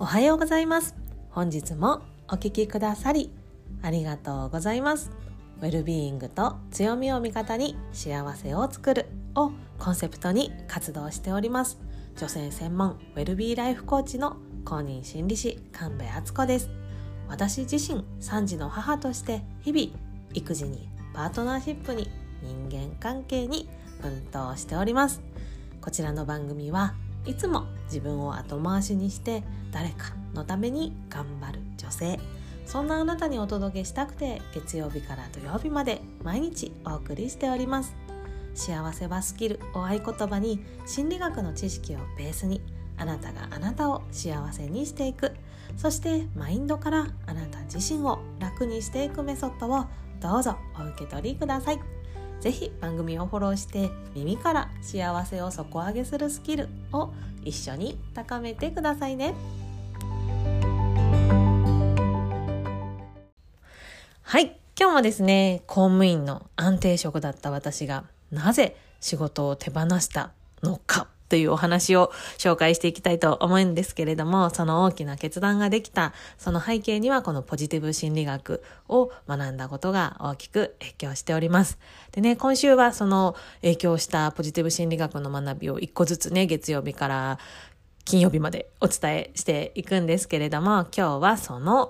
おはようございます。本日もお聞きくださりありがとうございます。ウェルビーイングと強みを味方に幸せを作るをコンセプトに活動しております。女性専門ウェルビーライフコーチの公認心理師神戸敦子です。私自身3児の母として日々育児にパートナーシップに人間関係に奮闘しております。こちらの番組はいつも自分を後回しにして誰かのために頑張る女性、そんなあなたにお届けしたくて月曜日から土曜日まで毎日お送りしております。幸せはスキルを合言葉に心理学の知識をベースにあなたがあなたを幸せにしていく、そしてマインドからあなた自身を楽にしていくメソッドをどうぞお受け取りください。ぜひ番組をフォローして耳から幸せを底上げするスキルを一緒に高めてくださいね。はい、今日もですね、公務員の安定職だった私がなぜ仕事を手放したのかというお話を紹介していきたいと思うんですけれども、その大きな決断ができたその背景にはこのポジティブ心理学を学んだことが大きく影響しております。でね、今週はその影響したポジティブ心理学の学びを一個ずつね、月曜日から金曜日までお伝えしていくんですけれども、今日はその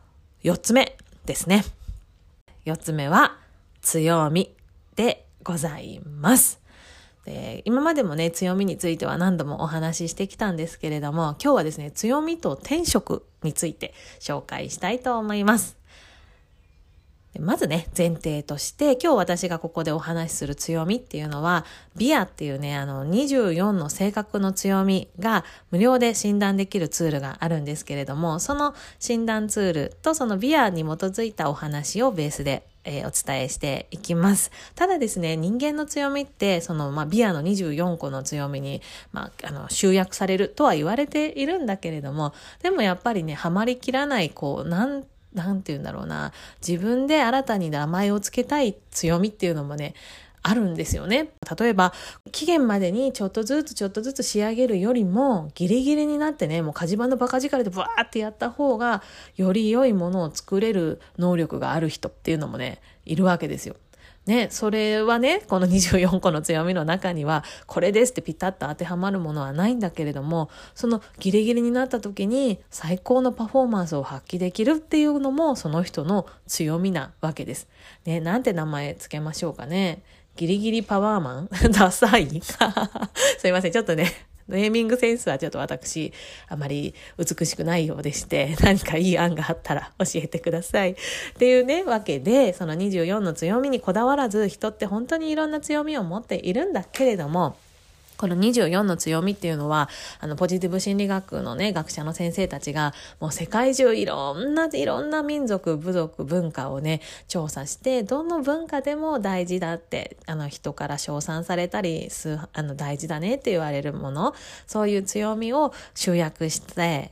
4つ目ですね。4つ目は強みでございます。で、今までもね、強みについては何度もお話ししてきたんですけれども、今日はですね、強みと転職について紹介したいと思います。でまずね、前提として今日私がここでお話しする強みっていうのは、ビアっていうね、24の性格の強みが無料で診断できるツールがあるんですけれども、その診断ツールとそのビアに基づいたお話をベースでお伝えしていきます。ただですね、人間の強みってその、ビアの24個の強みに、集約されるとは言われているんだけれども、でもやっぱりね、ハマりきらないなんて言うんだろうな、自分で新たに名前をつけたい強みっていうのもね、あるんですよね。例えば期限までにちょっとずつ仕上げるよりもギリギリになってね、もう火事場のバカ力でバーってやった方がより良いものを作れる能力がある人っていうのもね、いるわけですよ。ね、それはね、この24個の強みの中にはこれですってピタッと当てはまるものはないんだけれども、そのギリギリになった時に最高のパフォーマンスを発揮できるっていうのもその人の強みなわけです。ね、なんて名前つけましょうかね。ギリギリパワーマンダサいすいません、ちょっとね、ネーミングセンスはちょっと私あまり美しくないようでして、何かいい案があったら教えてくださいっていうねわけで、その24の強みにこだわらず、人って本当にいろんな強みを持っているんだけれども、この24の強みっていうのは、ポジティブ心理学のね、学者の先生たちが、もう世界中いろんな民族、部族、文化をね、調査して、どの文化でも大事だって、人から称賛されたり、大事だねって言われるもの、そういう強みを集約して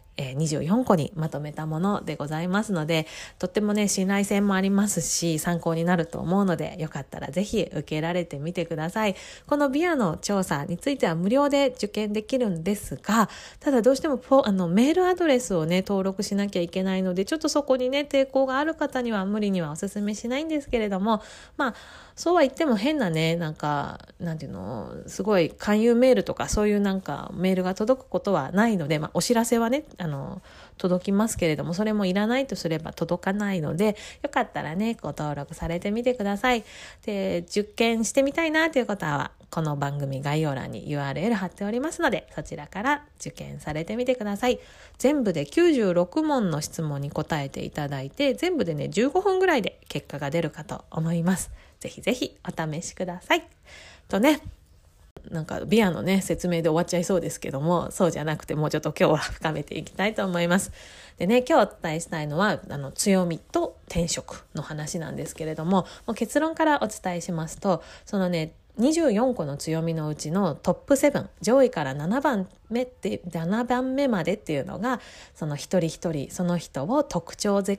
、24個にまとめたものでございますので、とってもね、信頼性もありますし、参考になると思うので、よかったらぜひ受けられてみてください。このビアの調査については無料で受験できるんですが、ただどうしてもメールアドレスをね、登録しなきゃいけないので、ちょっとそこにね、抵抗がある方には無理にはお勧めしないんですけれども、そうは言っても変なね、すごい勧誘メールとかそういうメールが届くことはないので、お知らせはね、届きますけれども、それもいらないとすれば届かないので、よかったらね、ご登録されてみてください。で、受験してみたいなという方は、この番組概要欄に URL 貼っておりますので、そちらから受験されてみてください。全部で96問の質問に答えていただいて、全部でね、15分ぐらいで結果が出るかと思います。ぜひぜひお試しください。とね、ビアのね説明で終わっちゃいそうですけども、そうじゃなくてもうちょっと今日は深めていきたいと思います。でね、今日お伝えしたいのは強みと転職の話なんですけれども、もう結論からお伝えしますと、そのね、24個の強みのうちのトップ7、上位から7番目までっていうのが、その一人一人その人を特徴づ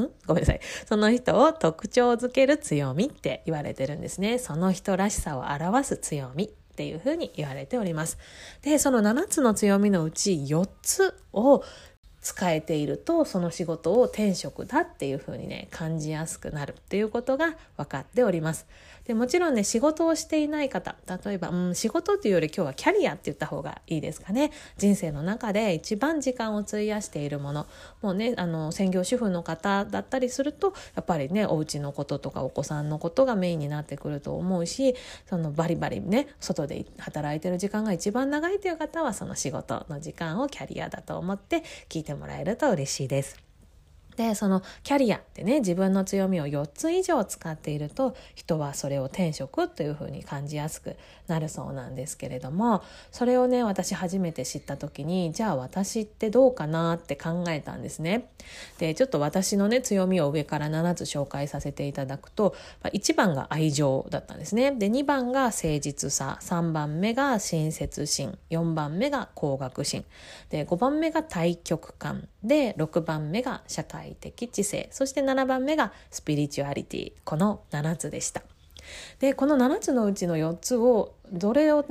ける強みって言われてるんですね。その人らしさを表す強みっていうふうに言われております。で、その7つの強みのうち4つを使えていると、その仕事を天職だっていう風にね感じやすくなるっていうことが分かっております。でもちろんね、仕事をしていない方、例えば、仕事っていうより今日はキャリアって言った方がいいですかね。人生の中で一番時間を費やしているもの、もうね、専業主婦の方だったりすると、やっぱりね、お家のこととかお子さんのことがメインになってくると思うし、そのバリバリね、外で働いてる時間が一番長いという方は、その仕事の時間をキャリアだと思って聞いてもらえると嬉しいです。で、そのキャリアってね、自分の強みを4つ以上使っていると、人はそれを天職というふうに感じやすくなるそうなんですけれども、それをね、私初めて知った時に、じゃあ私ってどうかなって考えたんですね。で、ちょっと私のね、強みを上から7つ紹介させていただくと、1番が愛情だったんですね。で、2番が誠実さ、3番目が親切心、4番目が工学心、で、5番目が大局観、で、6番目が社会的知性、そして7番目がスピリチュアリティ。この7つでした。で、この7つのうちの4つを、この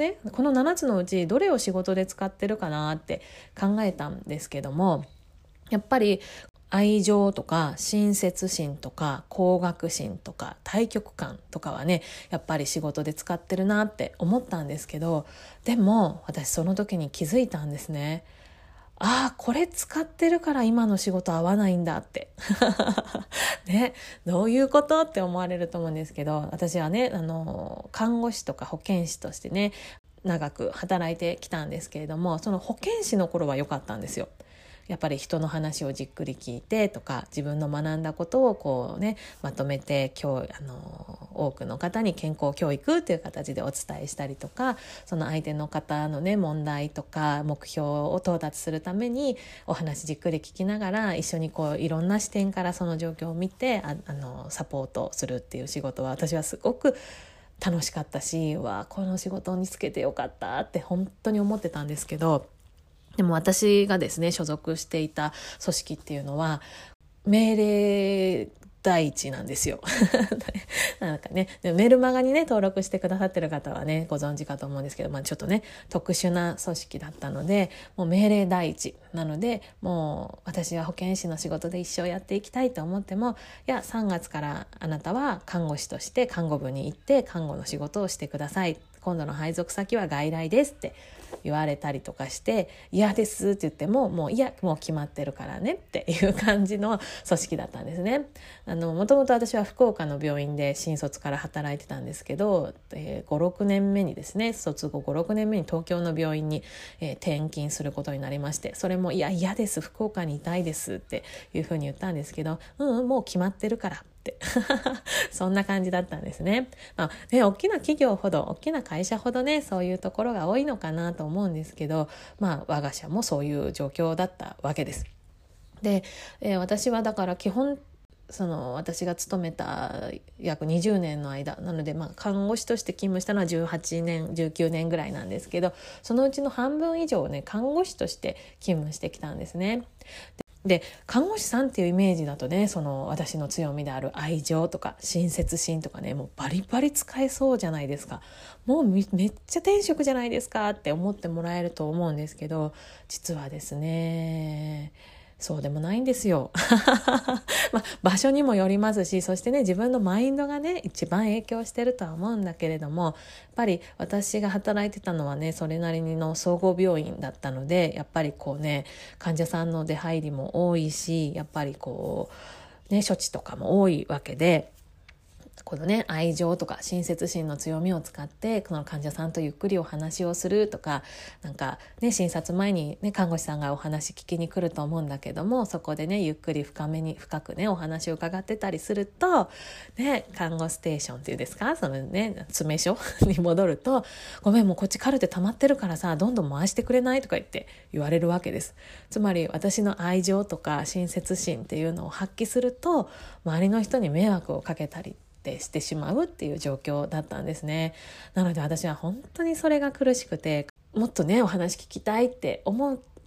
7つのうちどれを仕事で使ってるかなって考えたんですけども、やっぱり愛情とか親切心とか工学心とか大局観とかはね、やっぱり仕事で使ってるなって思ったんですけど、でも私その時に気づいたんですね。これ使ってるから今の仕事合わないんだってね、どういうことって思われると思うんですけど、私はね、看護師とか保健師としてね、長く働いてきたんですけれども、その保健師の頃は良かったんですよ。やっぱり人の話をじっくり聞いてとか、自分の学んだことをこうね、まとめて多くの方に健康教育という形でお伝えしたりとか、その相手の方のね、問題とか目標を到達するためにお話じっくり聞きながら、一緒にこういろんな視点からその状況を見てサポートするっていう仕事は、私はすごく楽しかったし、この仕事に就けてよかったって本当に思ってたんですけど、でも私がですね、所属していた組織っていうのは命令第一なんですよなんかね、メルマガにね登録してくださってる方はねご存知かと思うんですけど、ちょっとね特殊な組織だったので、もう命令第一なので、もう私は保健師の仕事で一生やっていきたいと思っても、いや3月からあなたは看護師として看護部に行って看護の仕事をしてください、今度の配属先は外来ですって言われたりとかして、嫌ですって言っても、もう決まってるからねっていう感じの組織だったんですね。もともと私は福岡の病院で新卒から働いてたんですけど、5,6 年目にですね、卒後 5,6 年目に東京の病院に、転勤することになりまして、それも嫌です、福岡にいたいですっていうふうに言ったんですけど、もう決まってるからそんな感じだったんですね。大きな企業ほど、大きな会社ほどね、そういうところが多いのかなと思うんですけど、我が社もそういう状況だったわけです。で、私はだから基本私が勤めた約20年の間なので、看護師として勤務したのは18年19年ぐらいなんですけど、そのうちの半分以上をね看護師として勤務してきたんですね。で、看護師さんっていうイメージだとね、私の強みである愛情とか親切心とかね、もうバリバリ使えそうじゃないですか。もうめっちゃ転職じゃないですかって思ってもらえると思うんですけど、実はですね、そうでもないんですよ場所にもよりますし、そしてね自分のマインドがね一番影響してるとは思うんだけれども、やっぱり私が働いてたのはねそれなりの総合病院だったので、やっぱりこうね患者さんの出入りも多いし、やっぱりこうね処置とかも多いわけで、このね愛情とか親切心の強みを使ってこの患者さんとゆっくりお話をするとか、なんかね診察前にね看護師さんがお話聞きに来ると思うんだけども、そこでねゆっくり深くねお話を伺ってたりするとね、看護ステーションっていうんですか、そのね詰め所に戻ると、ごめんもうこっちカルテ溜まってるからさどんどん回してくれないとか言われるわけです。つまり私の愛情とか親切心っていうのを発揮すると、周りの人に迷惑をかけたりしてしまうっていう状況だったんですね。なので私は本当にそれが苦しくて、もっとねお話聞きたいって思う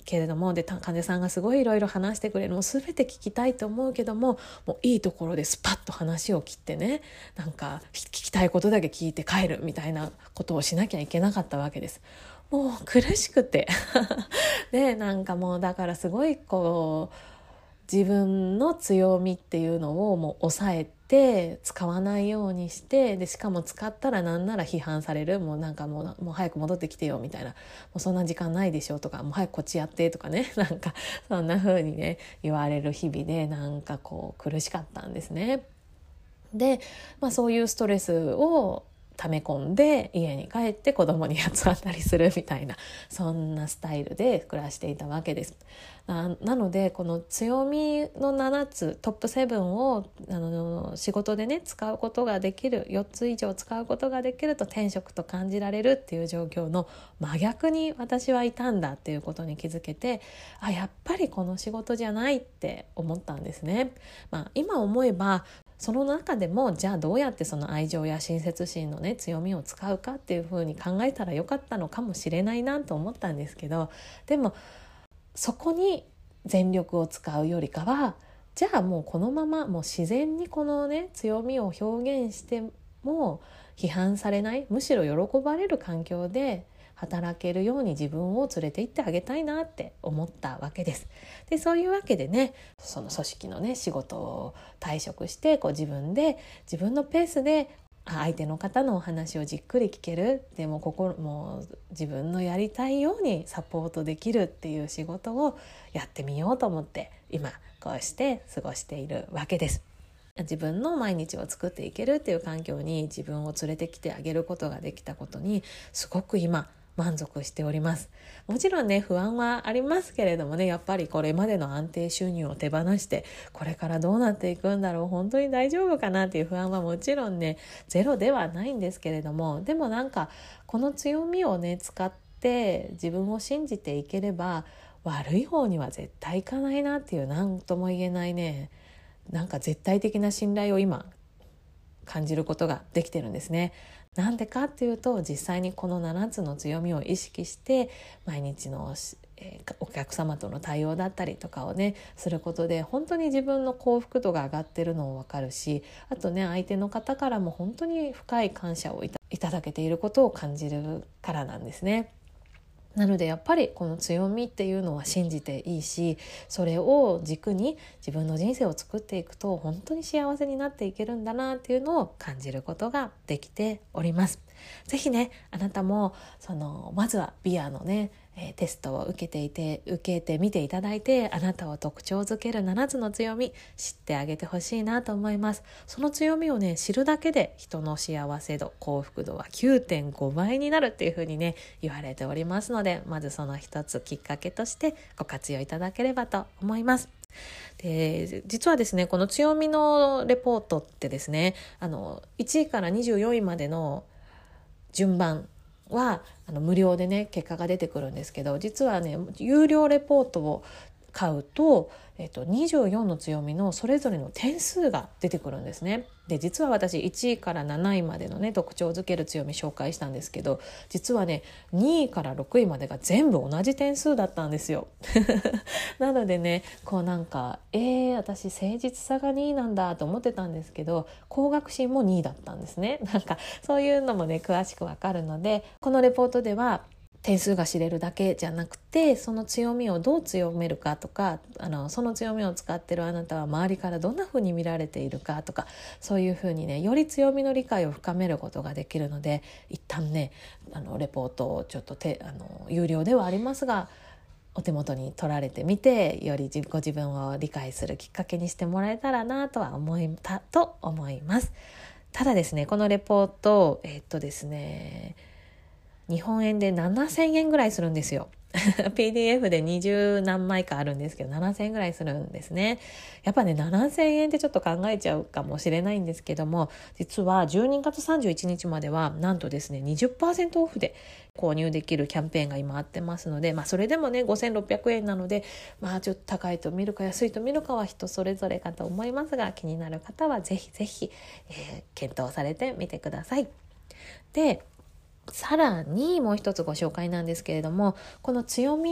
けれども、で患者さんがすごいいろいろ話してくれる、もう全て聞きたいと思うけども、もういいところでスパッと話を切ってね、なんか聞きたいことだけ聞いて帰るみたいなことをしなきゃいけなかったわけです。もう苦しくてでなんかもうだからすごいこう自分の強みっていうのをもう抑えて使わないようにして、でしかも使ったらなんなら批判される、もうなんかもう早く戻ってきてよみたいな、もうそんな時間ないでしょとか、もう早くこっちやってとかね、なんかそんな風にね言われる日々で、なんかこう苦しかったんですね。で、そういうストレスを溜め込んで家に帰って子供に八つ当たりするみたいな、そんなスタイルで暮らしていたわけです。なのでこの強みの7つトップ7を仕事でね使うことができる、4つ以上使うことができると天職と感じられるっていう状況の真逆に私はいたんだっていうことに気づけて、やっぱりこの仕事じゃないって思ったんですね。今思えばその中でもじゃあどうやってその愛情や親切心のね強みを使うかっていうふうに考えたらよかったのかもしれないなと思ったんですけど、でもそこに全力を使うよりかは、じゃあもうこのままもう自然にこのね強みを表現しても批判されない、むしろ喜ばれる環境で働けるように自分を連れて行ってあげたいなって思ったわけです。でそういうわけでね、その組織のね仕事を退職して、こう自分のペースで相手の方のお話をじっくり聞ける、でももう自分のやりたいようにサポートできるっていう仕事をやってみようと思って今こうして過ごしているわけです。自分の毎日を作っていけるっていう環境に自分を連れてきてあげることができたことにすごく今満足しております。もちろんね不安はありますけれどもね、やっぱりこれまでの安定収入を手放してこれからどうなっていくんだろう、本当に大丈夫かなっていう不安はもちろんねゼロではないんですけれども、でもなんかこの強みをね使って自分を信じていければ悪い方には絶対いかないなっていう、何とも言えないね、なんか絶対的な信頼を今感じることができてるんですね。なんでかっていうと、実際にこの7つの強みを意識して毎日のお客様との対応だったりとかをねすることで、本当に自分の幸福度が上がってるのも分かるし、あとね相手の方からも本当に深い感謝をいただけていることを感じるからなんですね。なのでやっぱりこの強みっていうのは信じていいし、それを軸に自分の人生を作っていくと本当に幸せになっていけるんだなっていうのを感じることができております。ぜひねあなたもまずはビアのねテストを受けてみていただいて、あなたを特徴づける7つの強み知ってあげてほしいなと思います。その強みをね知るだけで人の幸せ度幸福度は 9.5 倍になるっていう風にね言われておりますので、まずその一つきっかけとしてご活用いただければと思います。で実はですねこの強みのレポートってですね1位から24位までの順番は無料でね結果が出てくるんですけど、実はね有料レポートを買うと、24の強みのそれぞれの点数が出てくるんですね。で実は私1位から7位までのね特徴づける強み紹介したんですけど、実はね2位から6位までが全部同じ点数だったんですよなのでねこうなんか私誠実さが2位なんだと思ってたんですけど、高学心も2位だったんですね。なんかそういうのもね詳しくわかるので、このレポートでは点数が知れるだけじゃなくて、その強みをどう強めるかとか、その強みを使ってるあなたは周りからどんな風に見られているかとか、そういう風にねより強みの理解を深めることができるので、一旦ねレポートをちょっと有料ではありますがお手元に取られてみて、よりご自分を理解するきっかけにしてもらえたらなとは思います。ただですねこのレポートですね日本円で7000円ぐらいするんですよPDF で20何枚かあるんですけど7000円ぐらいするんですね。やっぱね7000円ってちょっと考えちゃうかもしれないんですけども、実は12月31日まではなんとですね 20% オフで購入できるキャンペーンが今あってますので、それでもね5600円なのでちょっと高いと見るか安いと見るかは人それぞれかと思いますが、気になる方はぜひぜひ、検討されてみてください。でさらにもう一つご紹介なんですけれども、この強み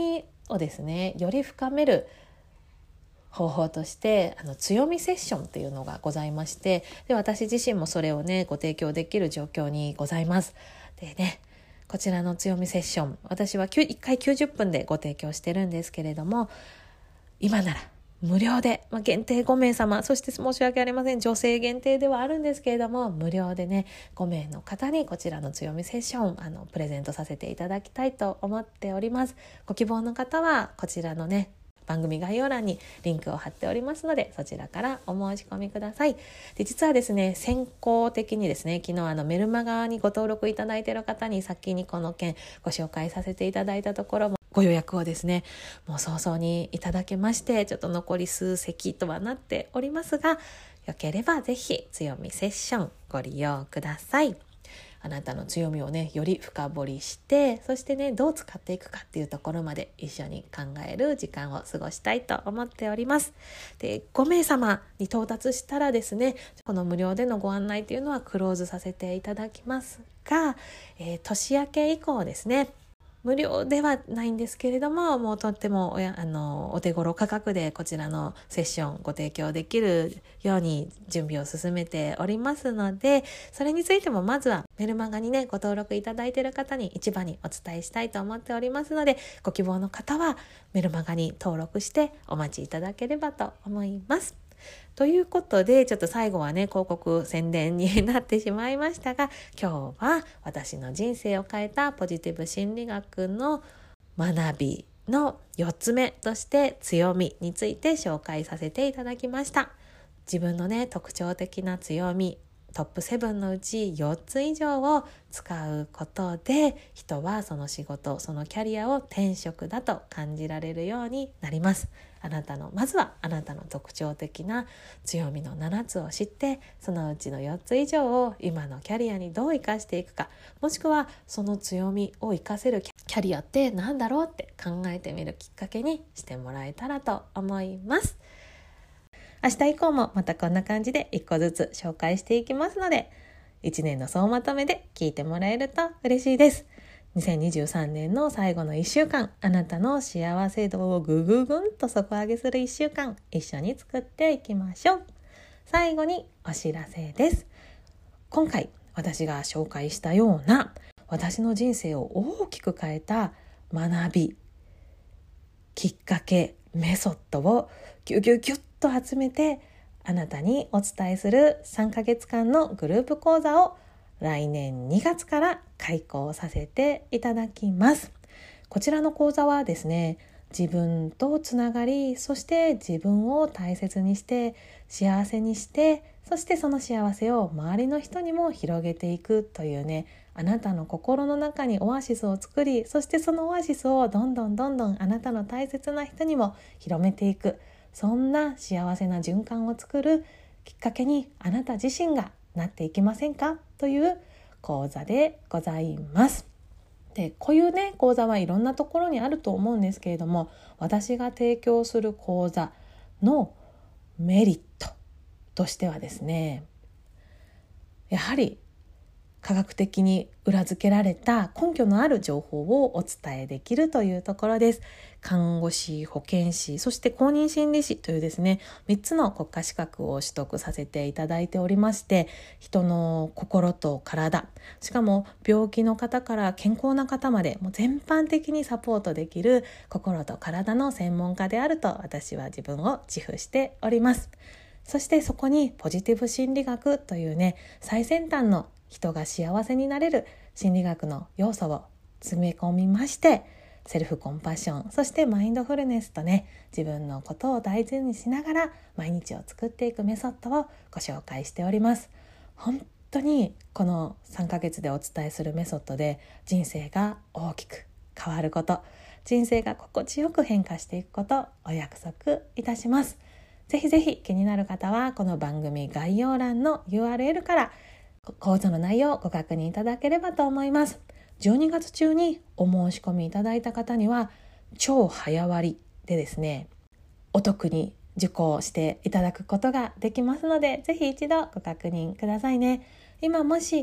をですねより深める方法として強みセッションっていうのがございまして、で私自身もそれをねご提供できる状況にございます。でね、こちらの強みセッション、私は1回90分でご提供してるんですけれども、今なら無料で、限定5名様、そして申し訳ありません、女性限定ではあるんですけれども、無料でね5名の方にこちらの強みセッションプレゼントさせていただきたいと思っております。ご希望の方はこちらのね番組概要欄にリンクを貼っておりますので、そちらからお申し込みください。で実はですね、先行的にですね、昨日メルマガにご登録いただいている方に先にこの件ご紹介させていただいたところも、ご予約をですねもう早々にいただけまして、ちょっと残り数席とはなっておりますが、よければぜひ強みセッションご利用ください。あなたの強みをねより深掘りして、そしてねどう使っていくかっていうところまで一緒に考える時間を過ごしたいと思っております。で5名様に到達したらですね、この無料でのご案内っていうのはクローズさせていただきますが、年明け以降ですね、無料ではないんですけれども、もうとってもお手頃価格でこちらのセッションご提供できるように準備を進めておりますので、それについてもまずはメルマガにねご登録いただいている方に一番にお伝えしたいと思っておりますので、ご希望の方はメルマガに登録してお待ちいただければと思います。ということで、ちょっと最後はね広告宣伝になってしまいましたが、今日は私の人生を変えたポジティブ心理学の学びの4つ目として強みについて紹介させていただきました。自分のね特徴的な強みトップ7のうち4つ以上を使うことで、人はその仕事そのキャリアを天職だと感じられるようになります。まずはあなたの特徴的な強みの7つを知って、そのうちの4つ以上を今のキャリアにどう生かしていくか、もしくはその強みを生かせるキャリアって何だろうって考えてみるきっかけにしてもらえたらと思います。明日以降もまたこんな感じで1個ずつ紹介していきますので、1年の総まとめで聞いてもらえると嬉しいです。2023年の最後の1週間、あなたの幸せ度をぐぐぐんと底上げする1週間、一緒に作っていきましょう。最後にお知らせです。今回私が紹介したような私の人生を大きく変えた学び、きっかけ、メソッドをギュギュギュッと集めてあなたにお伝えする3ヶ月間のグループ講座を来年2月から開講させていただきます。こちらの講座はですね、自分とつながり、そして自分を大切にして幸せにして、そしてその幸せを周りの人にも広げていくというね、あなたの心の中にオアシスを作り、そしてそのオアシスをどんどんあなたの大切な人にも広めていく、そんな幸せな循環を作るきっかけにあなた自身がなっていきませんかという講座でございます。でこういうね講座はいろんなところにあると思うんですけれども、私が提供する講座のメリットとしてはですね、やはり科学的に裏付けられた根拠のある情報をお伝えできるというところです。看護師、保健師、そして公認心理師というですね、3つの国家資格を取得させていただいておりまして、人の心と体、しかも病気の方から健康な方までもう全般的にサポートできる心と体の専門家であると私は自分を自負しております。そしてそこにポジティブ心理学というね、最先端の人が幸せになれる心理学の要素を詰め込みまして、セルフコンパッション、そしてマインドフルネスとね、自分のことを大事にしながら毎日を作っていくメソッドをご紹介しております。本当にこの3ヶ月でお伝えするメソッドで人生が大きく変わること、人生が心地よく変化していくことをお約束いたします。ぜひぜひ気になる方はこの番組概要欄の URL から講座の内容をご確認いただければと思います。12月中にお申し込みいただいた方には超早割でですね、お得に受講していただくことができますので、ぜひ一度ご確認くださいね。今もし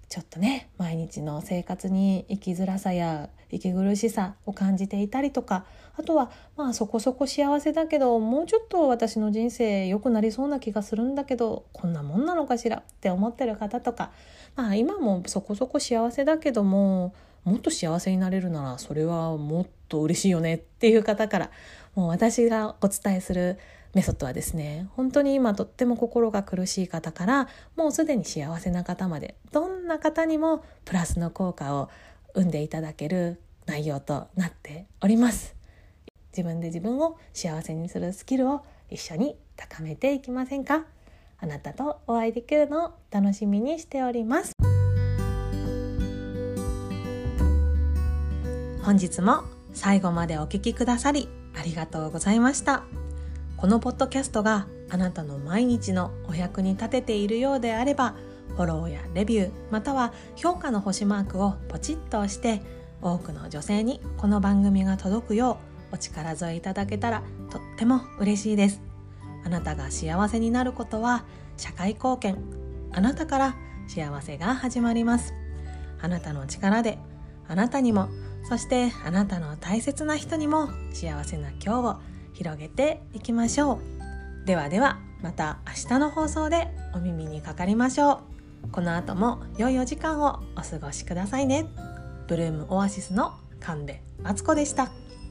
ちょっとね毎日の生活に生きづらさや息苦しさを感じていたりとか、あとはそこそこ幸せだけどもうちょっと私の人生良くなりそうな気がするんだけどこんなもんなのかしらって思ってる方とか、今もそこそこ幸せだけどもっと幸せになれるならそれはもっと嬉しいよねっていう方から、もう私がお伝えするメソッドはですね、本当に今とっても心が苦しい方からもうすでに幸せな方まで、どんな方にもプラスの効果を生んでいただける内容となっております。自分で自分を幸せにするスキルを一緒に高めていきませんか？あなたとお会いできるのを楽しみにしております。本日も最後までお聞きくださりありがとうございました。このポッドキャストがあなたの毎日のお役に立てているようであれば、フォローやレビューまたは評価の星マークをポチッと押して多くの女性にこの番組が届くようお力添えいただけたらとっても嬉しいです。あなたが幸せになることは社会貢献、あなたから幸せが始まります。あなたの力であなたにも、そしてあなたの大切な人にも幸せな今日を広げていきましょう。ではではまた明日の放送でお耳にかかりましょう。この後も良いお時間をお過ごしくださいね。ブルームオアシスの神戸敦子でした。